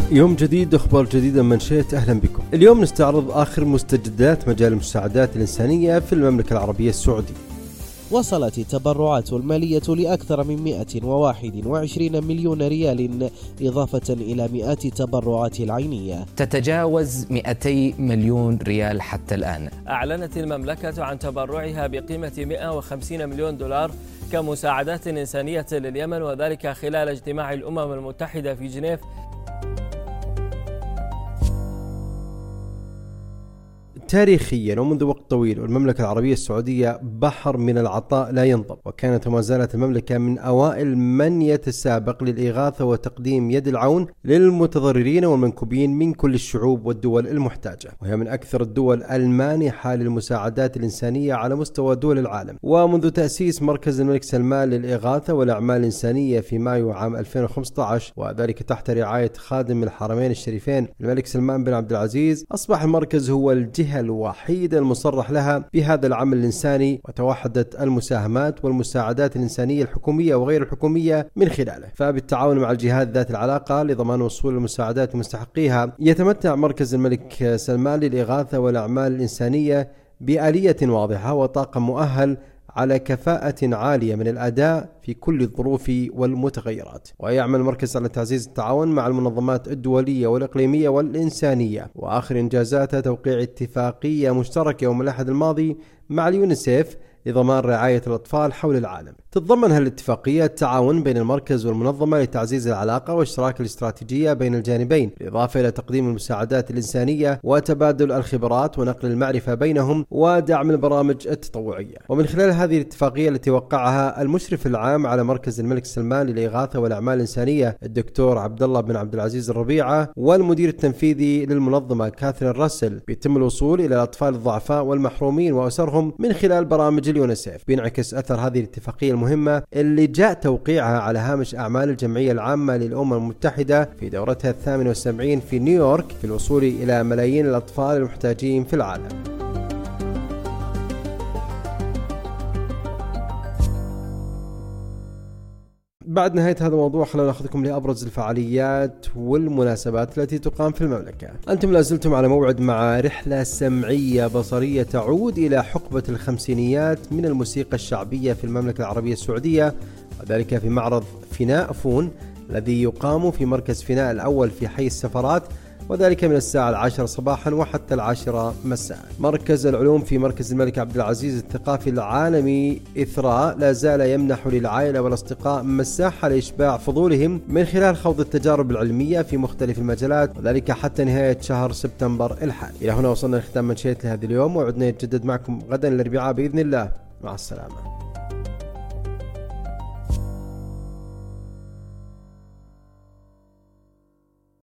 يوم جديد، أخبار جديدة من منشئة. أهلا بكم. اليوم نستعرض آخر مستجدات مجال المساعدات الإنسانية في المملكة العربية السعودية. وصلت التبرعات المالية لأكثر من 121 مليون ريال، إضافة إلى مئات التبرعات العينية تتجاوز 200 مليون ريال حتى الآن. أعلنت المملكة عن تبرعها بقيمة 150 مليون دولار كمساعدات إنسانية لليمن، وذلك خلال اجتماع الأمم المتحدة في جنيف. تاريخيا ومنذ وقت طويل والمملكة العربية السعودية بحر من العطاء لا ينضب، وكانت وما زالت المملكة من أوائل من يتسابق للإغاثة وتقديم يد العون للمتضررين والمنكوبين من كل الشعوب والدول المحتاجة، وهي من أكثر الدول المانحة للمساعدات الإنسانية على مستوى دول العالم. ومنذ تأسيس مركز الملك سلمان للإغاثة والأعمال الإنسانية في مايو عام 2015، وذلك تحت رعاية خادم الحرمين الشريفين الملك سلمان بن عبد العزيز، أصبح المركز هو الجهة الوحيدة المصرح لها بهذا العمل الإنساني، وتوحدت المساهمات والمساعدات الإنسانية الحكومية وغير الحكومية من خلاله. فبالتعاون مع الجهات ذات العلاقة لضمان وصول المساعدات لمستحقيها، يتمتع مركز الملك سلمان للإغاثة والأعمال الإنسانية بآلية واضحة وطاقم مؤهل على كفاءة عالية من الأداء في كل الظروف والمتغيرات. ويعمل المركز على تعزيز التعاون مع المنظمات الدولية والإقليمية والإنسانية، وآخر إنجازاته توقيع اتفاقية مشتركة يوم الأحد الماضي مع اليونيسيف لضمان رعاية الأطفال حول العالم. تتضمن هالاتفاقية التعاون بين المركز والمنظمة لتعزيز العلاقة والاشتراك الاستراتيجية بين الجانبين، بالإضافة إلى تقديم المساعدات الإنسانية وتبادل الخبرات ونقل المعرفة بينهم ودعم البرامج التطوعية. ومن خلال هذه الاتفاقية التي وقعها المشرف العام على مركز الملك سلمان للإغاثة والأعمال الإنسانية الدكتور عبد الله بن عبد العزيز الربيعة، والمدير التنفيذي للمنظمة كاثرين راسل، بيتم الوصول إلى الأطفال الضعفاء والمحرومين وأسرهم من خلال برامج اليونيسيف. بينعكس أثر هذه الاتفاقية المهمة اللي جاء توقيعها على هامش أعمال الجمعية العامة للأمم المتحدة في دورتها 78 في نيويورك في الوصول إلى ملايين الأطفال المحتاجين في العالم. بعد نهاية هذا الموضوع خلونا نأخذكم لأبرز الفعاليات والمناسبات التي تقام في المملكة. أنتم لازلتم على موعد مع رحلة سمعية بصرية تعود إلى حقبة الخمسينيات من الموسيقى الشعبية في المملكة العربية السعودية، وذلك في معرض فناء فون الذي يقام في مركز فناء الأول في حي السفرات، وذلك من الساعة 10 صباحا وحتى 10 مساء. مركز العلوم في مركز الملك عبد العزيز الثقافي العالمي إثراء لا زال يمنح للعائلة والأصدقاء مساحة لإشباع فضولهم من خلال خوض التجارب العلمية في مختلف المجالات، وذلك حتى نهاية شهر سبتمبر الحالي. إلى هنا وصلنا لختام منشئة لهذا اليوم، وعدنا نتجدد معكم غدا الأربعاء بإذن الله. مع السلامة.